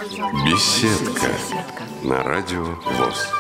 Беседка на радио ВОС.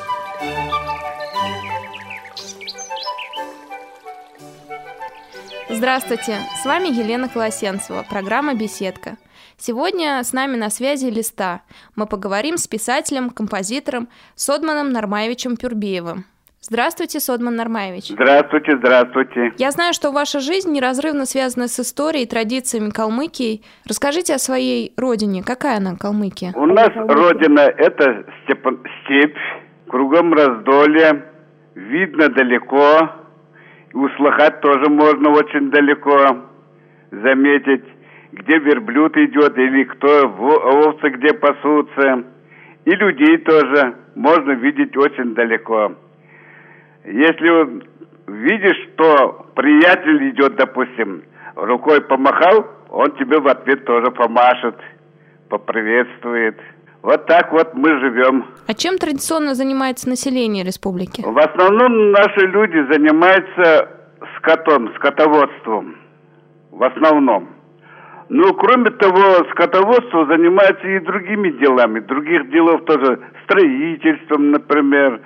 Здравствуйте, с вами Елена Колосенцева, программа «Беседка». Сегодня с нами на связи Листа. Мы поговорим с писателем, композитором Содманом Нармаевичем Пюрбеевым. Здравствуйте, Содман Нармаевич. Здравствуйте, здравствуйте. Я знаю, что ваша жизнь неразрывно связана с историей и традициями Калмыкии. Расскажите о своей родине. Какая она, Калмыкия? У нас родина – это степь, кругом раздолье, видно далеко, услыхать тоже можно очень далеко, заметить, где верблюд идет или кто овцы где пасутся. И людей тоже можно видеть очень далеко. Если видишь, что приятель идет, допустим, рукой помахал, он тебе в ответ тоже помашет, поприветствует. Вот так вот мы живем. А чем традиционно занимается население республики? В основном наши люди занимаются скотоводством. В основном. Но кроме того, скотоводство занимается и другими делами. Других делов тоже. Строительством, например,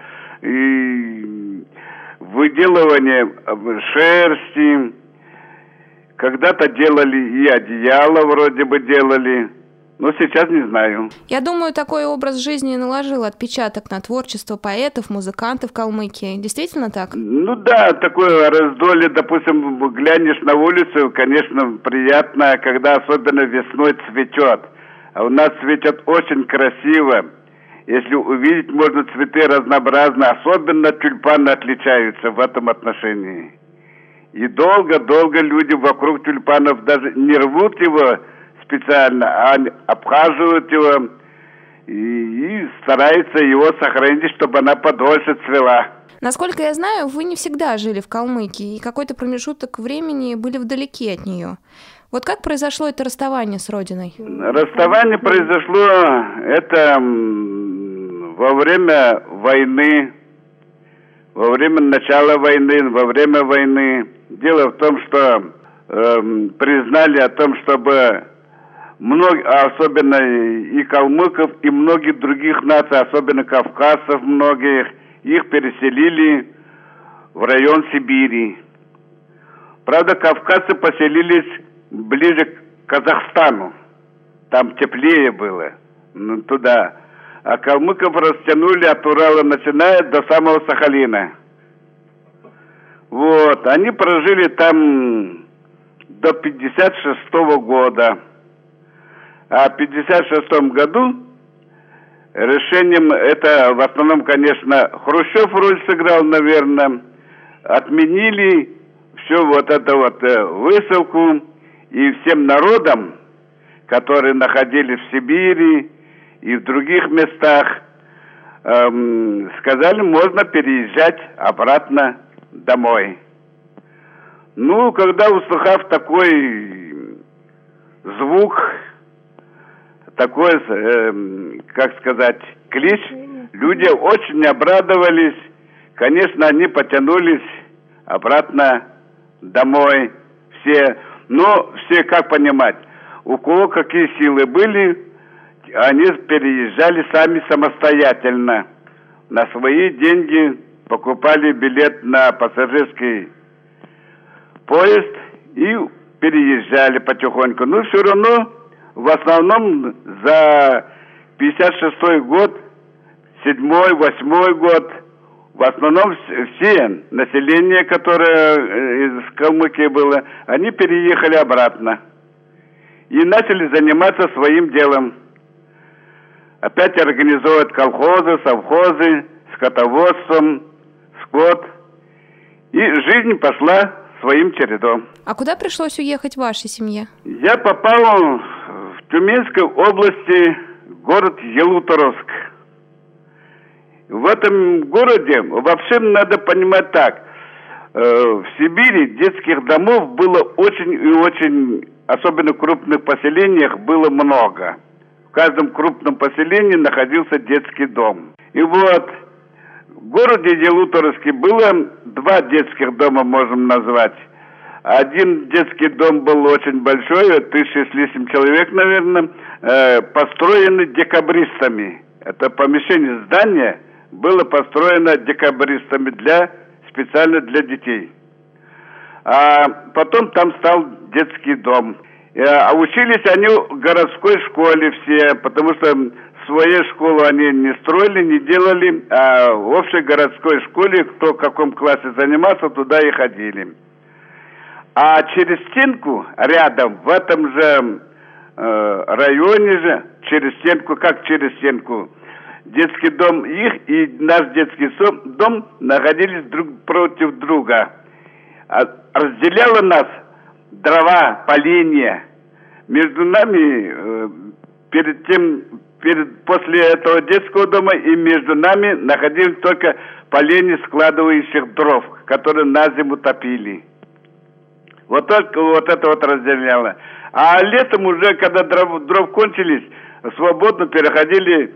и выделывание шерсти. Когда-то делали и одеяло вроде бы делали. Но сейчас не знаю. Я думаю, такой образ жизни наложил отпечаток на творчество поэтов, музыкантов Калмыкии. Действительно так? Ну да, такое раздолье, допустим, глянешь на улицу, конечно, приятно, когда особенно весной цветет. А у нас цветет очень красиво. Если увидеть, можно цветы разнообразные, особенно тюльпаны отличаются в этом отношении. И долго-долго люди вокруг тюльпанов даже не рвут его специально, а обхаживают его и стараются его сохранить, чтобы она подольше цвела. Насколько я знаю, вы не всегда жили в Калмыкии, и какой-то промежуток времени были вдалеке от нее. Вот как произошло это расставание с родиной? Расставание произошло это во время войны, во время начала войны, во время войны. Дело в том, что признали о том, чтобы особенно и калмыков, и многих других наций, особенно кавказцев многих, их переселили в район Сибири. Правда, кавказцы поселились ближе к Казахстану. Там теплее было, туда. А калмыков растянули от Урала, начиная до самого Сахалина. Вот, они прожили там до 56-го года. А в 1956 году решением, это в основном, конечно, Хрущев роль сыграл, наверное, отменили всю вот эту вот высылку, и всем народам, которые находились в Сибири и в других местах, сказали, можно переезжать обратно домой. Ну, когда услыхав такой звук, такой, как сказать, клич, люди очень обрадовались. Конечно, они потянулись обратно домой. Все, но все, как понимать, у кого какие силы были, они переезжали сами самостоятельно. На свои деньги покупали билет на пассажирский поезд и переезжали потихоньку. Но все равно в основном за 56-й год, 7-й, 8-й год, в основном все население, которое из Калмыкии было, они переехали обратно и начали заниматься своим делом. Опять организовывать колхозы, совхозы, скотоводством, скот. И жизнь пошла своим чередом. А куда пришлось уехать вашей семье? Я попал в Тюменской области, город Ялуторовск. В этом городе вообще надо понимать так. В Сибири детских домов было очень и очень, особенно в крупных поселениях, было много. В каждом крупном поселении находился детский дом. И вот в городе Ялуторовске было 2 детских дома, можем назвать. Один детский дом был очень большой, 1000 с лишним человек, наверное, построенный декабристами. Это помещение здания было построено декабристами специально для детей. А потом там стал детский дом. А учились они в городской школе все, потому что свою школу они не строили, не делали, а в общей городской школе, кто в каком классе занимался, туда и ходили. А через стенку рядом, в этом же районе же, через стенку, детский дом их и наш детский дом находились друг против друга. Разделяло нас дрова, поленья. Между нами, после этого детского дома и между нами находились только поленья складывающих дров, которые на зиму топили. Вот только вот это вот разделяло. А летом уже, когда дров кончились, свободно переходили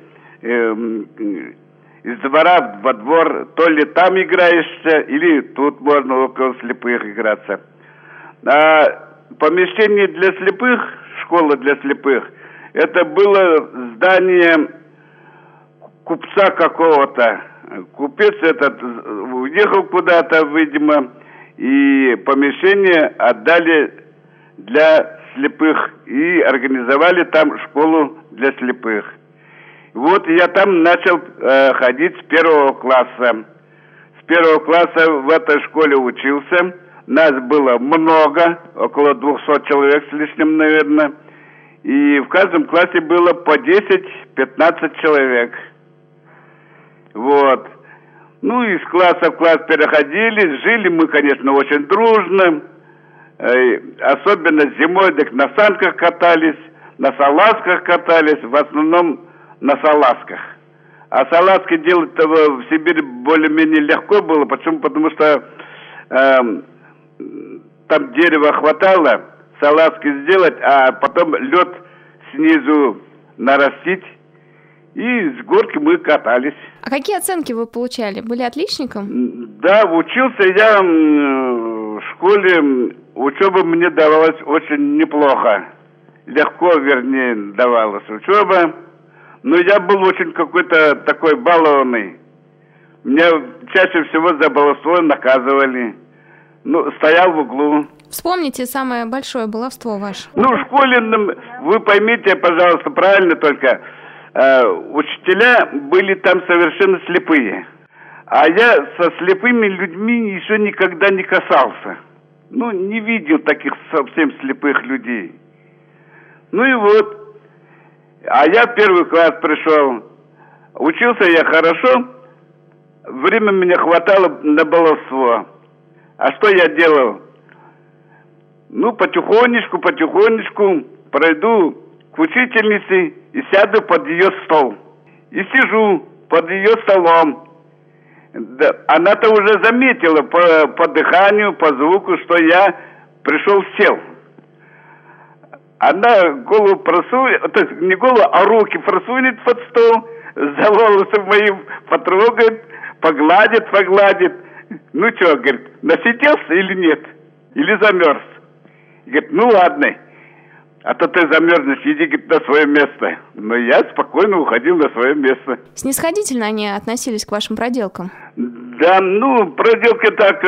из двора во двор. То ли там играешься, или тут можно около слепых играться. А помещение для слепых, школа для слепых, это было здание купца какого-то. Купец этот уехал куда-то, видимо, и помещение отдали для слепых и организовали там школу для слепых. Вот я там начал ходить с 1 класса. С 1 класса в этой школе учился. Нас было много, около 200 человек с лишним, наверное. И в каждом классе было по 10-15 человек. Вот. Ну, из класса в класс переходили. Жили мы, конечно, очень дружно. Особенно зимой, так на санках катались, на салазках катались, в основном на салазках. А салазки делать-то в Сибири более-менее легко было. Почему? Потому что там дерева хватало, салазки сделать, а потом лед снизу нарастить, и с горки мы катались. А какие оценки вы получали? Были отличником? Да, учился я в школе, учеба мне давалась очень неплохо. Легко, вернее, давалась учеба. Но я был очень какой-то такой балованный. Меня чаще всего за баловство наказывали. Ну, стоял в углу. Вспомните самое большое баловство ваше. Ну, в школе, вы поймите, пожалуйста, правильно только, учителя были там совершенно слепые. А я со слепыми людьми еще никогда не касался. Ну, не видел таких совсем слепых людей. Ну и вот. А я в 1 класс пришел. Учился я хорошо. Время мне хватало на баловство. А что я делал? Ну, потихонечку пройду к учительнице и сяду под ее стол. И сижу под ее столом. Да, она-то уже заметила по дыханию, по звуку, что я пришел, сел. Она голову просунет, то есть не голову, а руки просунет под стол, за волосы мои потрогает, погладит. Ну что, говорит, насиделся или нет? Или замерз? Говорит, ну ладно, а то ты замерзнешь, иди, говорит, на свое место. Но я спокойно уходил на свое место. Снисходительно они относились к вашим проделкам? Да, ну, проделки так,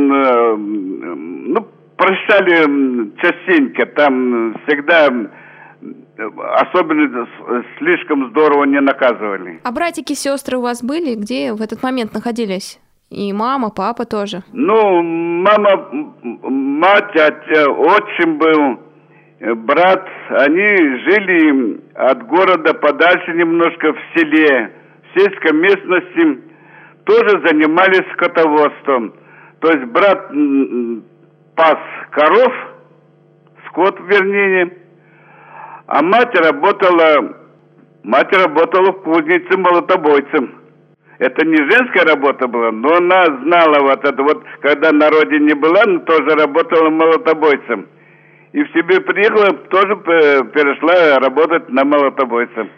прощали частенько. Там всегда, особенно слишком здорово не наказывали. А братики, сестры у вас были? Где в этот момент находились? И мама, папа тоже? Ну, мама, мать, отчим был, брат. Они жили от города подальше немножко, в селе, в сельской местности. Тоже занимались скотоводством. То есть брат пас коров, скот вернее, а мать работала в кузнице молотобойцем. Это не женская работа была, но она знала вот это вот, когда на родине была, она тоже работала молотобойцем. И в Сибирь приехала, тоже перешла работать на молотобойцем.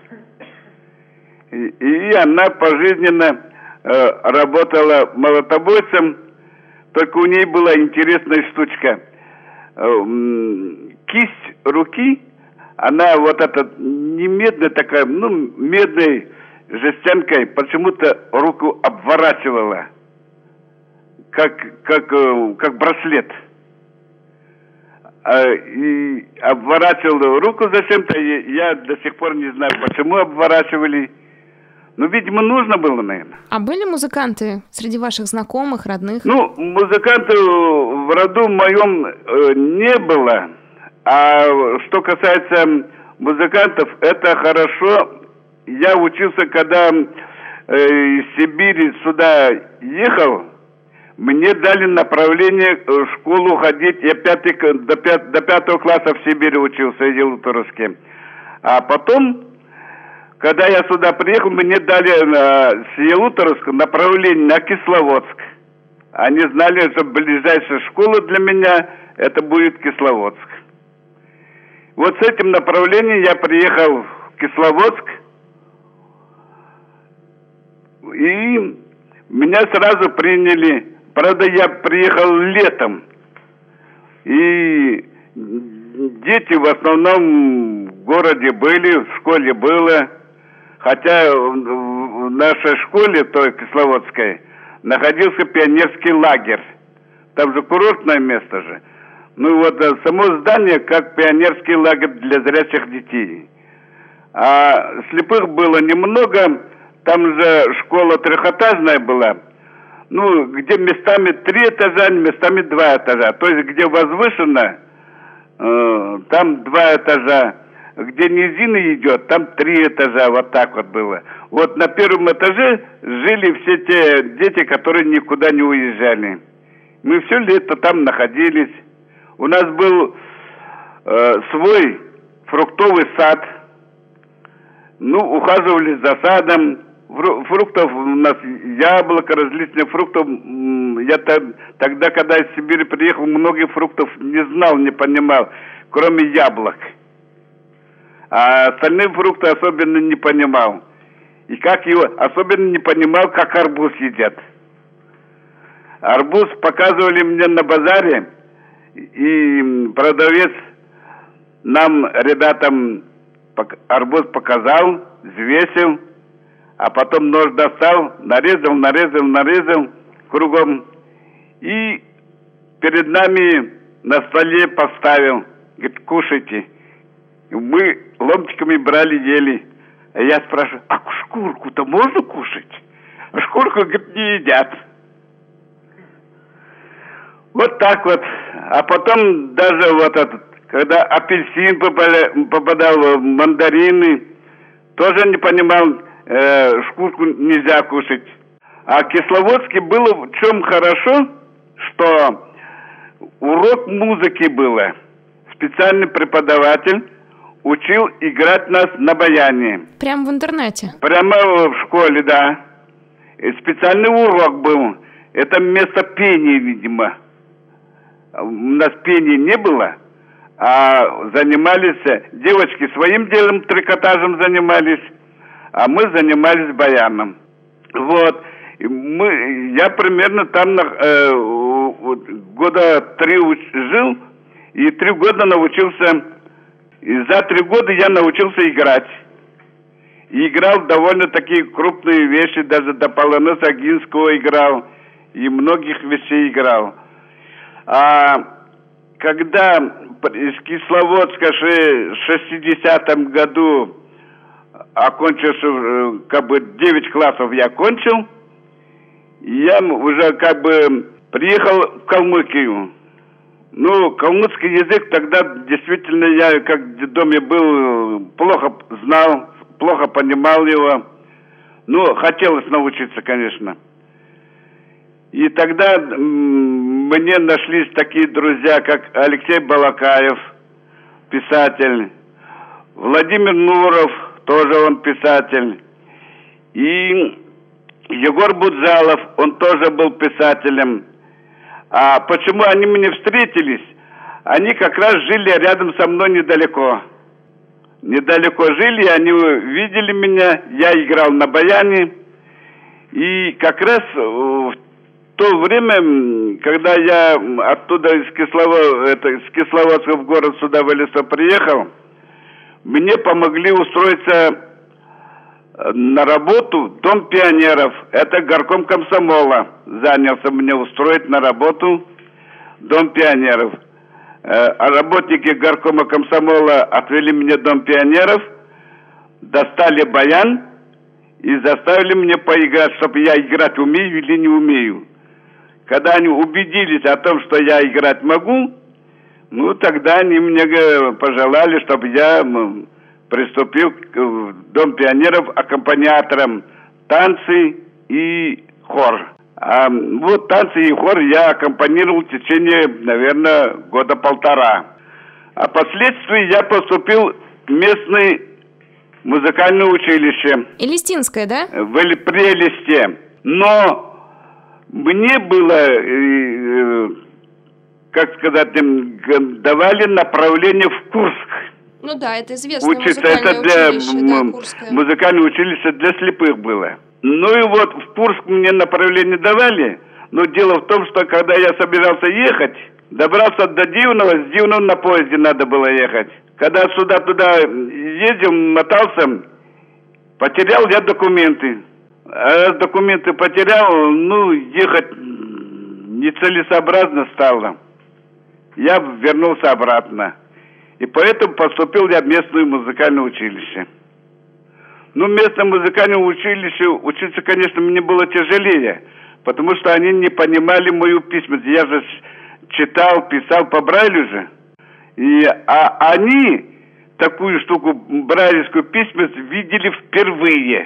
И она пожизненно работала молотобойцем, только у ней была интересная штучка. кисть руки, она вот эта не медная такая, медной жестянкой почему-то руку обворачивала, как браслет. И обворачивал руку зачем-то, я до сих пор не знаю, почему обворачивали. Ну, видимо, нужно было, наверное. А были музыканты среди ваших знакомых, родных? Ну, музыкантов в роду моем не было. А что касается музыкантов, это хорошо. Я учился, когда из Сибири сюда ехал, мне дали направление в школу ходить. Я до 5 класса в Сибири учился, в Елуторовске. А потом, когда я сюда приехал, мне дали с Елуторовска направление на Кисловодск. Они знали, что ближайшая школа для меня это будет Кисловодск. Вот с этим направлением я приехал в Кисловодск, и меня сразу приняли. Правда, я приехал летом, и дети в основном в городе были, в школе было. Хотя в нашей школе, той Кисловодской, находился пионерский лагерь. Там же курортное место же. Ну вот само здание как пионерский лагерь для зрячих детей. А слепых было немного. Там же школа трехэтажная была. Ну, где местами 3 этажа, местами 2 этажа. То есть, где возвышенно, там 2 этажа. Где низина идет, там 3 этажа, вот так вот было. Вот на первом этаже жили все те дети, которые никуда не уезжали. Мы все лето там находились. У нас был свой фруктовый сад. Ну, ухаживали за садом. Фруктов у нас яблоко, различных фруктов. Я тогда, когда из Сибири приехал, многих фруктов не знал, не понимал, кроме яблок. А остальные фрукты особенно не понимал. И как его особенно не понимал, как арбуз едят. Арбуз показывали мне на базаре, и продавец нам, ребятам, арбуз показал, взвесил, а потом нож достал, нарезал кругом и перед нами на столе поставил. Говорит, кушайте. Мы ломтиками брали, ели. А я спрашиваю, а шкурку-то можно кушать? А шкурку, говорит, не едят. Вот так вот. А потом даже вот этот, когда апельсин попадал в мандарины, тоже не понимал, шкурку нельзя кушать. А в Кисловодске было в чем хорошо, что урок музыки было. Специальный преподаватель учил играть нас на баяне. Прямо в интернете? Прямо в школе, да. И специальный урок был. Это вместо пения, видимо. У нас пения не было, а занимались девочки своим делом, трикотажем занимались, а мы занимались баяном. Вот. Я примерно там года 3 жил, и 3 года научился. И за 3 года я научился играть. И играл довольно такие крупные вещи, даже до Полонеза Агинского играл, и многих вещей играл. А когда из Кисловодска в 60-м году окончил, 9 классов я окончил, я уже приехал в Калмыкию. Ну, калмыцкий язык тогда действительно я, как в детдоме был, плохо знал, плохо понимал его. Ну, хотелось научиться, конечно. И тогда мне нашлись такие друзья, как Алексей Балакаев, писатель, Владимир Нуров, тоже он писатель, и Егор Будзалов, он тоже был писателем. А почему они мне встретились? Они как раз жили рядом со мной недалеко. Недалеко жили, они видели меня, я играл на баяне. И как раз в то время, когда я оттуда из Кисловодска в город сюда, в Элисту, приехал, мне помогли устроиться на работу в Дом пионеров. Это горком комсомола занялся мне устроить на работу в Дом пионеров. А работники горкома комсомола отвели меня в Дом пионеров, достали баян и заставили меня поиграть, чтобы я играть умею или не умею. Когда они убедились о том, что я играть могу, ну, тогда они мне пожелали, чтобы я приступил в Дом пионеров аккомпаниатором танцы и хор. А вот танцы и хор я аккомпанировал в течение, наверное, года полтора. А впоследствии я поступил в местное музыкальное училище. Элистинское, да? При Элисте. Но мне было, как сказать, давали направление в Курск. Ну да, это известное учиться. Музыкальное училище, да, Курское. Музыкальное училище для слепых было. Ну и вот в Курск мне направление давали, но дело в том, что когда я собирался ехать, добрался до Дивного, с Дивного на поезде надо было ехать. Когда сюда-туда ездил, мотался, потерял я документы. А раз документы потерял, ну, ехать нецелесообразно стало. Я вернулся обратно. И поэтому поступил я в местное музыкальное училище. Ну, в местном музыкальном училище учиться, конечно, мне было тяжелее, потому что они не понимали мою письменность. Я же читал, писал по Брайлю же. А они такую штуку, брайлевскую письменность, видели впервые.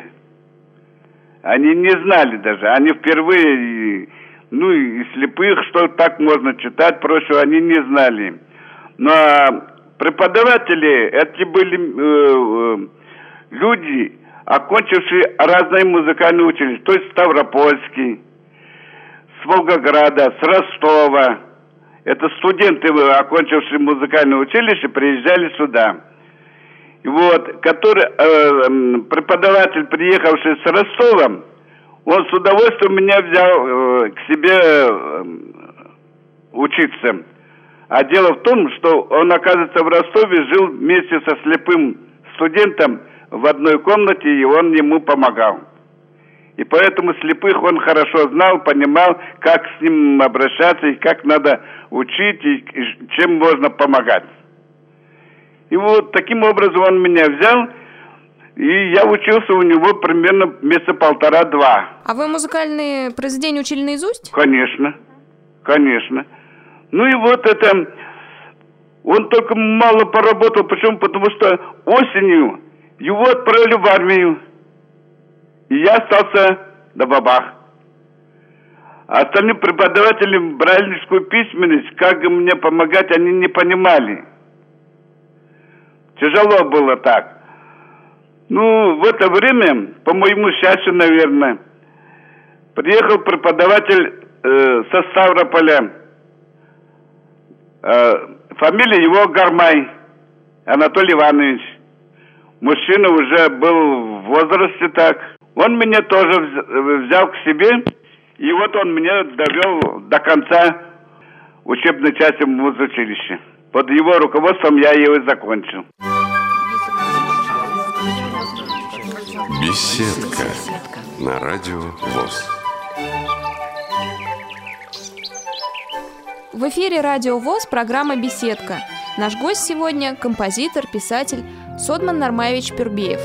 Они не знали даже. Они впервые, ну, и слепых, что так можно читать, прочего, они не знали. Но преподаватели, это были люди, окончившие разные музыкальные училища, то есть Ставропольский, с Волгограда, с Ростова. Это студенты, окончившие музыкальное училище, приезжали сюда. И вот, преподаватель, приехавший с Ростова, он с удовольствием меня взял к себе учиться. А дело в том, что он, оказывается, в Ростове жил вместе со слепым студентом в одной комнате, и он ему помогал. И поэтому слепых он хорошо знал, понимал, как с ним обращаться, и как надо учить, и чем можно помогать. И вот таким образом он меня взял, и я учился у него примерно месяца полтора-два. А вы музыкальные произведения учили наизусть? Конечно, конечно. Ну и вот это... Он только мало поработал. Почему? Потому что осенью его отправили в армию. И я остался на бабах. А остальные преподаватели брайлевскую письменность, как мне помогать, они не понимали. Тяжело было так. Ну, в это время, по моему счастью, наверное, приехал преподаватель со Ставрополя. Фамилия его Гармай, Анатолий Иванович. Мужчина уже был в возрасте так. Он меня тоже взял к себе, и вот он меня довел до конца учебной части в музучилище. Под его руководством я ее и закончил. Беседка на радио ВОС. В эфире Радио ВОС программа «Беседка». Наш гость сегодня – композитор, писатель Содман Нармаевич Пюрбеев.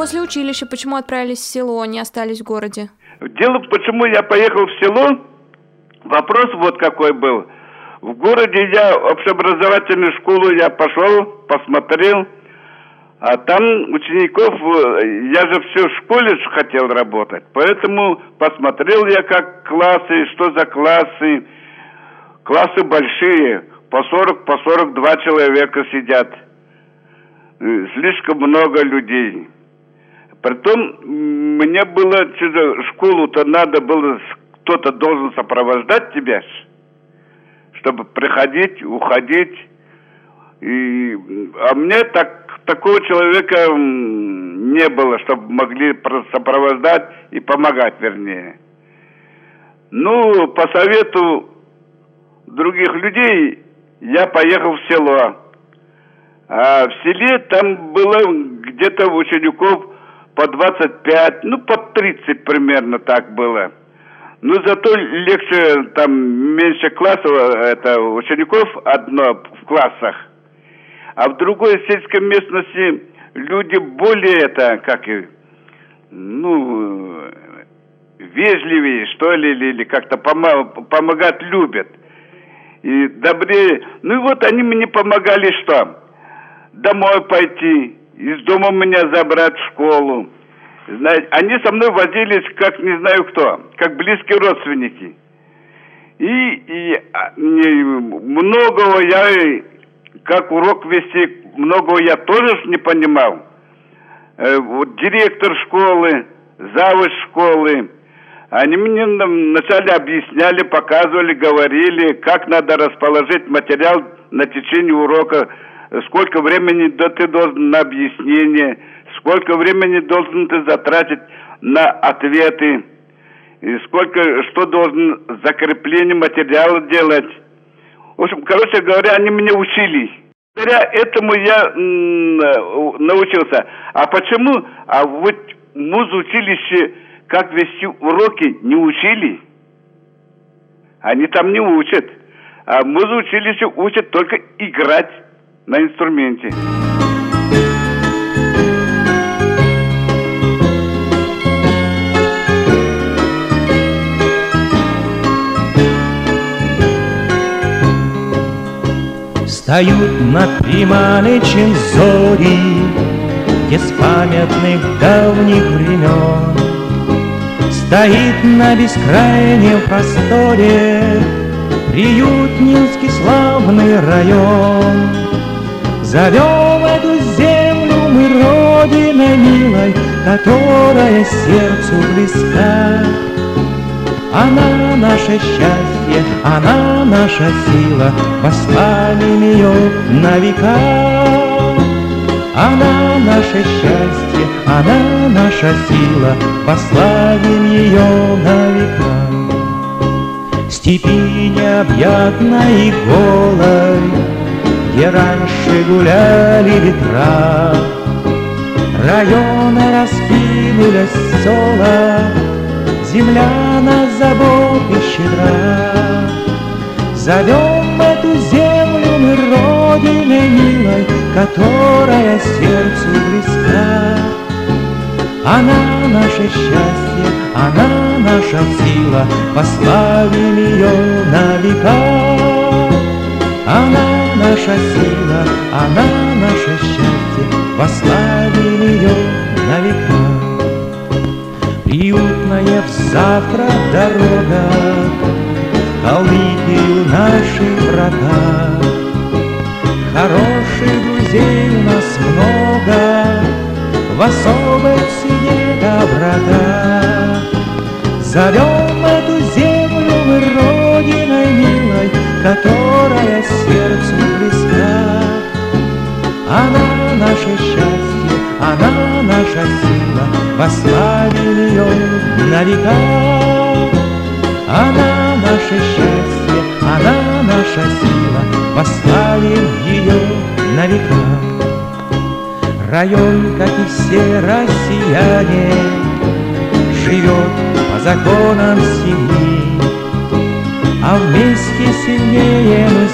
после училища почему отправились в село, не остались в городе? Дело, почему я поехал в село, вопрос вот какой был. В городе я общеобразовательную школу я пошел, посмотрел, а там учеников, я же все в школе хотел работать, поэтому посмотрел я, как классы, что за классы. Классы большие, по 40, по 42 человека сидят. Слишком много людей. Притом, мне было, школу-то надо было, кто-то должен сопровождать тебя, чтобы приходить, уходить. А мне такого человека не было, чтобы могли сопровождать и помогать, вернее. Ну, по совету других людей я поехал в село. А в селе там было где-то учеников по 25, ну, по 30 примерно так было. Но зато легче, там меньше классов, это учеников одно в классах. А в другой сельской местности люди более вежливее, что ли, или как-то помогать любят. И добрее. Ну и вот они мне помогали что? Домой пойти, из дома меня забрать в школу. Знаете, они со мной возились, как не знаю кто, как близкие родственники. И многого я, как урок вести, многого я тоже не понимал. Вот директор школы, завуч школы, они мне вначале объясняли, показывали, говорили, как надо расположить материал на течение урока, сколько времени ты должен на объяснение, сколько времени должен ты затратить на ответы, и что должен закрепление материала делать. В общем, короче говоря, они меня учили. Благодаря этому я научился. А почему? А вот в музучилище как вести уроки не учили. Они там не учат. А в музучилище учат только играть на инструменте. Встают над Прималычем зори, где с памятных давних времен стоит на бескрайнем просторе Приютнинский славный район. Зовем эту землю мы родиной милой, которая сердцу близка. Она наше счастье, она наша сила, восславим ее на века. Она наше счастье, она наша сила, восславим ее на века. Степи необъятной и голой, где раньше гуляли ветра, районы раскинулись села, земля на заботы щедра. Зовем эту землю мы родиной милой, которая сердцу близка. Она наше счастье, она наша сила, восславим ее на века. Она наша сила, она наше счастье, восславим ее на века. Приютная взавтра дорога, Калмыкию наши врата. Хороших друзей у нас много, в особой цене доброта. Зовем эту землю мы родиной милой, которая сердцу близка. Она наше счастье, она наша сила, восславим ее на века. Она наше счастье, она наша сила, восславим ее на века. Район, как и все россияне, живет по законам семьи, а вместе сильнее мы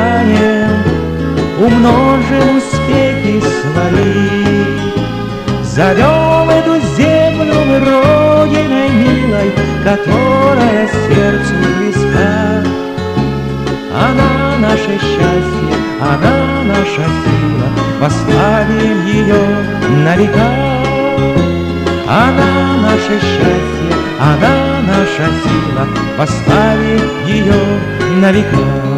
станем, умножим успехи свои. Зовем эту землю мы родиной милой, которая сердцу близка. Она наше счастье, она наша сила, восславим ее на века. Она наше счастье, она наша сила, восславим ее на века.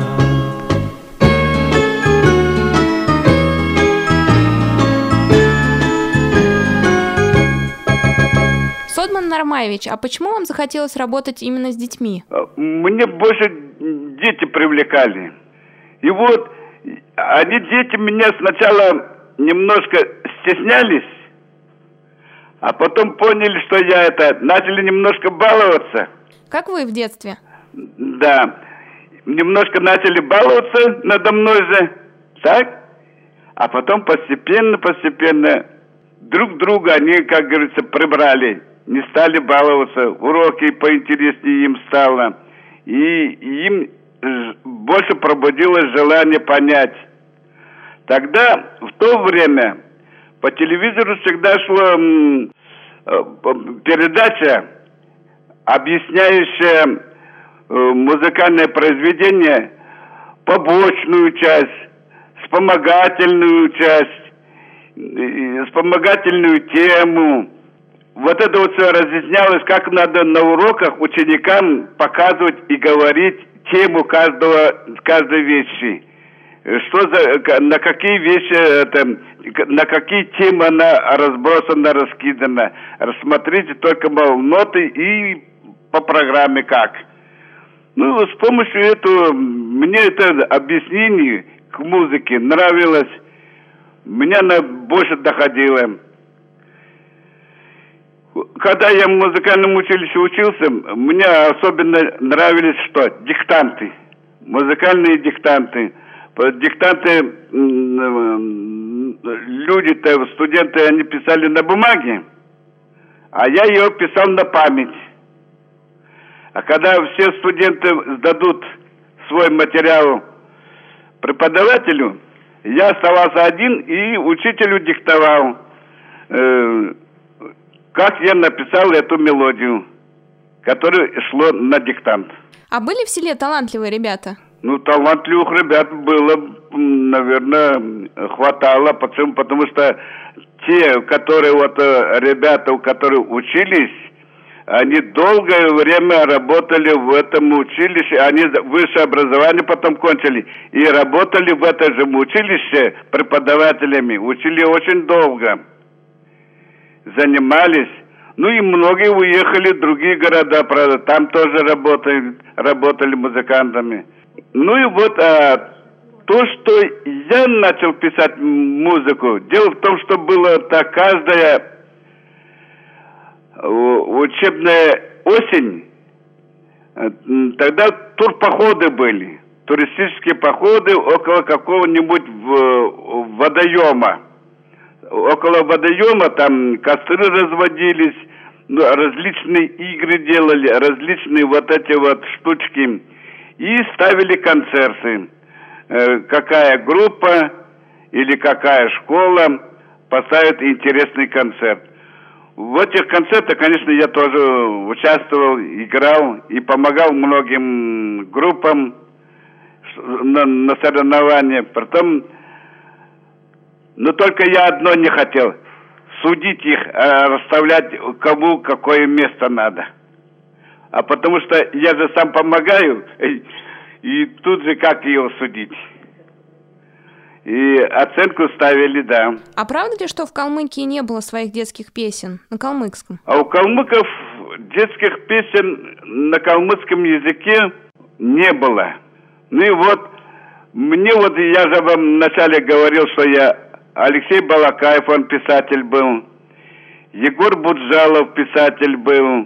Содман Нармаевич, а почему вам захотелось работать именно с детьми? Мне больше дети привлекали. И вот они, дети, меня сначала немножко стеснялись, а потом поняли, что я начали немножко баловаться. Как вы в детстве? Да, немножко начали баловаться надо мной же, так? А потом постепенно друг друга они, как говорится, прибрали. Не стали баловаться, уроки поинтереснее им стало. И им больше пробудилось желание понять. Тогда, в то время, по телевизору всегда шла передача, объясняющая музыкальное произведение, побочную часть, вспомогательную часть, вспомогательную тему. Вот это вот все разъяснялось, как надо на уроках ученикам показывать и говорить тему каждой вещи. На какие вещи, на какие темы она разбросана, раскидана. Рассмотрите только, мол, ноты и по программе как. Ну, с помощью этого, мне это объяснение к музыке нравилось. Меня она больше доходила. Когда я в музыкальном училище учился, мне особенно нравились что? Диктанты. Музыкальные диктанты. Диктанты, люди-то, студенты, они писали на бумаге, а я ее писал на память. А когда все студенты сдадут свой материал преподавателю, я оставался один и учителю диктовал, как я написал эту мелодию, которая шло на диктант. А были в селе талантливые ребята? Ну, талантливых ребят было, наверное, хватало. Почему? Потому что те, которые ребята, которые учились, они долгое время работали в этом училище, они высшее образование потом кончили, и работали в этом же училище преподавателями, учили очень долго. Занимались. Ну и многие уехали в другие города, правда, там тоже работали музыкантами. Ну и вот то, что я начал писать музыку, дело в том, что было так, каждая учебная осень, тогда турпоходы были, туристические походы около какого-нибудь водоема. Около водоема там костры разводились, различные игры делали, различные вот эти вот штучки. И ставили концерты. Какая группа или какая школа поставит интересный концерт. В этих концертах, конечно, я тоже участвовал, играл и помогал многим группам на соревнованиях. Потом, но только я одно не хотел — судить их, расставлять кому какое место надо. А потому что я же сам помогаю, и тут же как ее судить. И оценку ставили, да. А правда ли, что в Калмыкии не было своих детских песен на калмыкском? А у калмыков детских песен на калмыцком языке не было. Ну и вот, я же вам вначале говорил, что Алексей Балакаев, он писатель был, Егор Буджалов писатель был,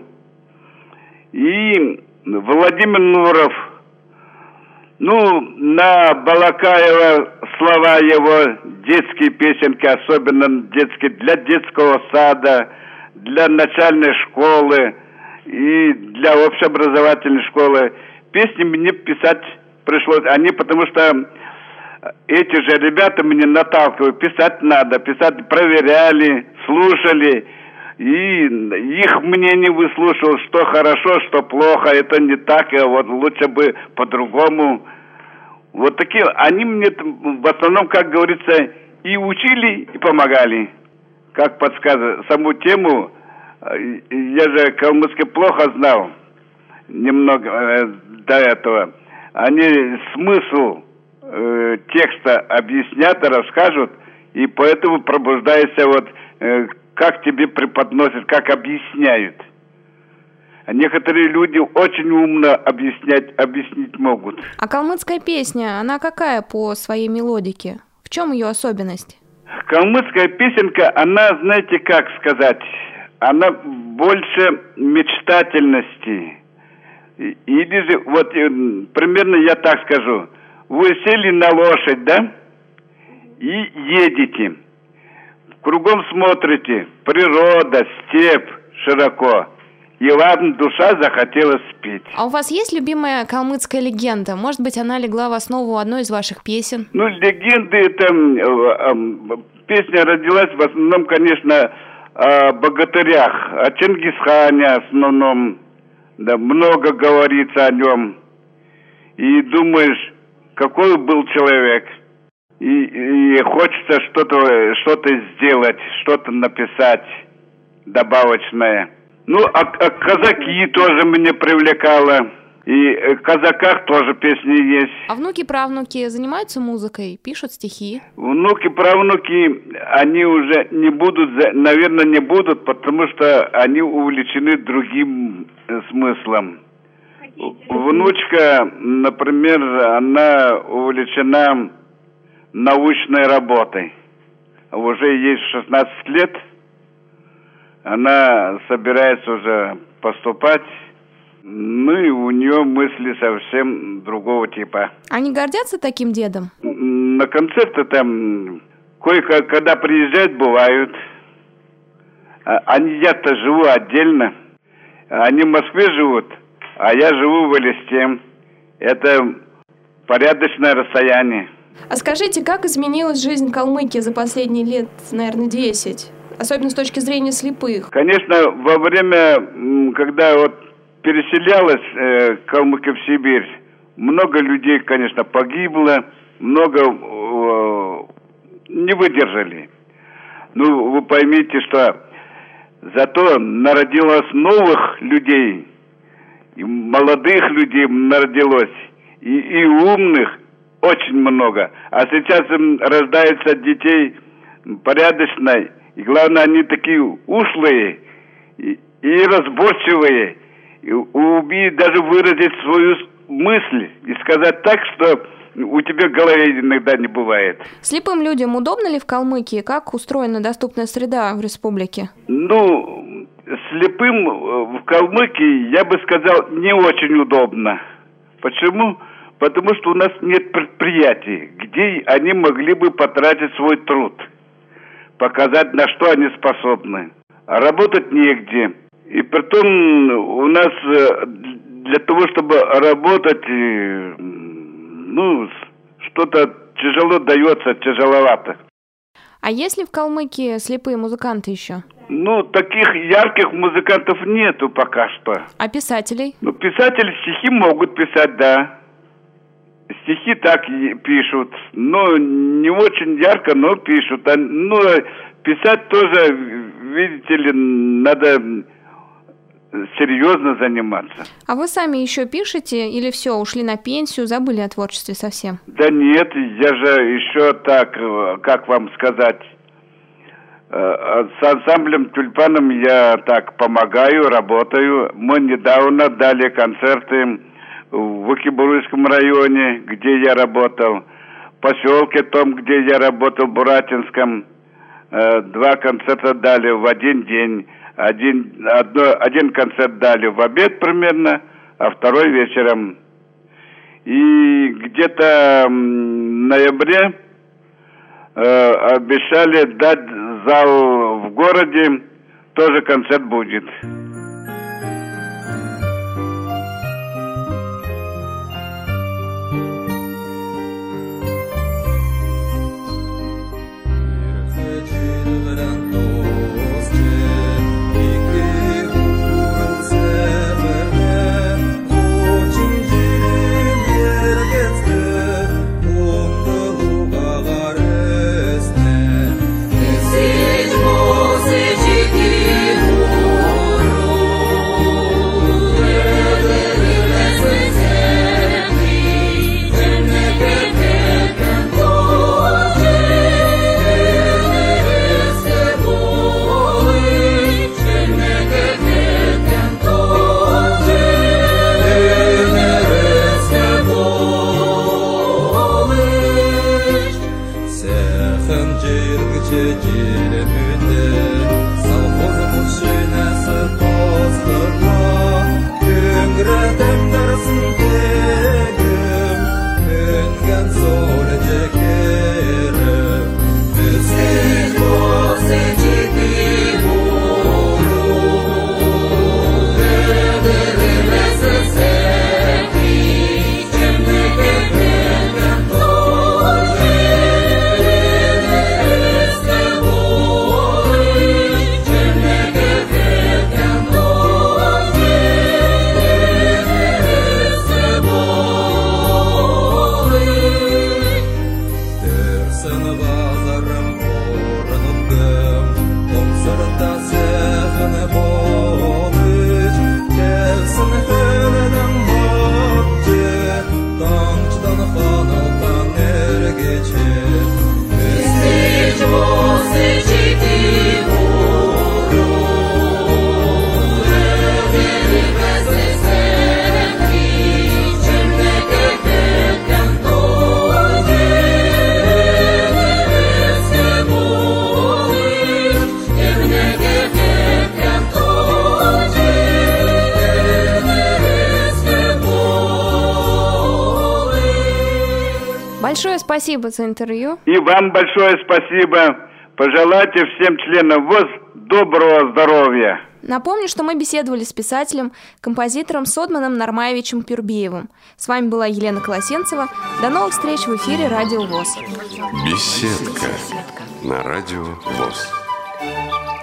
и Владимир Нуров. Ну, на Балакаева слова его, детские песенки, особенно детские, для детского сада, для начальной школы и для общеобразовательной школы. Песни мне писать пришлось, потому что эти же ребята меня наталкивают, писать надо, писать проверяли, слушали, и их мнение выслушивал, что хорошо, что плохо, это не так, а вот лучше бы по-другому. Вот такие, они мне в основном, как говорится, и учили, и помогали, как подсказывали. Саму тему я же калмыцкий плохо знал, немного до этого. Они смысл текста объяснят и расскажут, и поэтому пробуждается вот, как тебе преподносят, как объясняют. А некоторые люди очень умно объяснить могут. А калмыцкая песня, она какая по своей мелодике? В чем ее особенность? Калмыцкая песенка, она, знаете, как сказать, она больше мечтательности. Или же, вот примерно я так скажу, вы сели на лошадь, да, и едете, кругом смотрите, природа, степь широко, и вам душа захотела спеть. А у вас есть любимая калмыцкая легенда? Может быть, она легла в основу одной из ваших песен? Ну, легенды, это песня родилась в основном, конечно, о богатырях, о Чингисхане в основном, да, много говорится о нем. И думаешь, какой был человек, и хочется что-то сделать, что-то написать добавочное. Ну, а казаки тоже меня привлекало, и в казаках тоже песни есть. А внуки-правнуки занимаются музыкой, пишут стихи? Внуки-правнуки, они уже не будут, наверное, не будут, потому что они увлечены другим смыслом. Внучка, например, она увлечена научной работой. Уже ей 16 лет. Она собирается уже поступать. Ну и у нее мысли совсем другого типа. Они гордятся таким дедом? На концерты там кое-когда приезжают, бывают. Я-то живу отдельно. Они в Москве живут. А я живу в Элисте. Это порядочное расстояние. А скажите, как изменилась жизнь Калмыкии за последние лет, наверное, 10? Особенно с точки зрения слепых. Конечно, во время, когда вот переселялась Калмыкия в Сибирь, много людей, конечно, погибло, много не выдержали. Ну, вы поймите, что зато народилось новых людей, и молодых людей народилось, и умных очень много. А сейчас рождается детей порядочной, и главное, они такие ушлые и разборчивые, и умеют даже выразить свою мысль и сказать так, что у тебя в голове иногда не бывает. Слепым людям удобно ли в Калмыкии? Как устроена доступная среда в республике? Ну, слепым в Калмыкии, я бы сказал, не очень удобно. Почему? Потому что у нас нет предприятий, где они могли бы потратить свой труд, показать, на что они способны. А работать негде. И притом у нас для того, чтобы работать, ну, что-то тяжело дается, тяжеловато. А есть ли в Калмыкии слепые музыканты еще? Ну, таких ярких музыкантов нету пока что. А писателей? Ну, писатели стихи могут писать, да. Стихи так пишут, но не очень ярко, но пишут. Ну, писать тоже, видите ли, надо серьезно заниматься. А вы сами еще пишете или все, ушли на пенсию, забыли о творчестве совсем? Да нет, я же еще так, как вам сказать, с ансамблем «Тюльпаном» я так помогаю, работаю. Мы недавно дали концерты в Окибуруйском районе, где я работал, в поселке том, где я работал, в Буратинском. 2 концерта дали в один день. Один концерт дали в обед примерно, а второй вечером. И где-то в ноябре обещали дать зал в городе, тоже концерт будет. Большое спасибо за интервью. И вам большое спасибо. Пожелайте всем членам ВОС доброго здоровья. Напомню, что мы беседовали с писателем, композитором Содманом Нармаевичем Пюрбеевым. С вами была Елена Колосенцева. До новых встреч в эфире Радио ВОС. Беседка на Радио ВОС.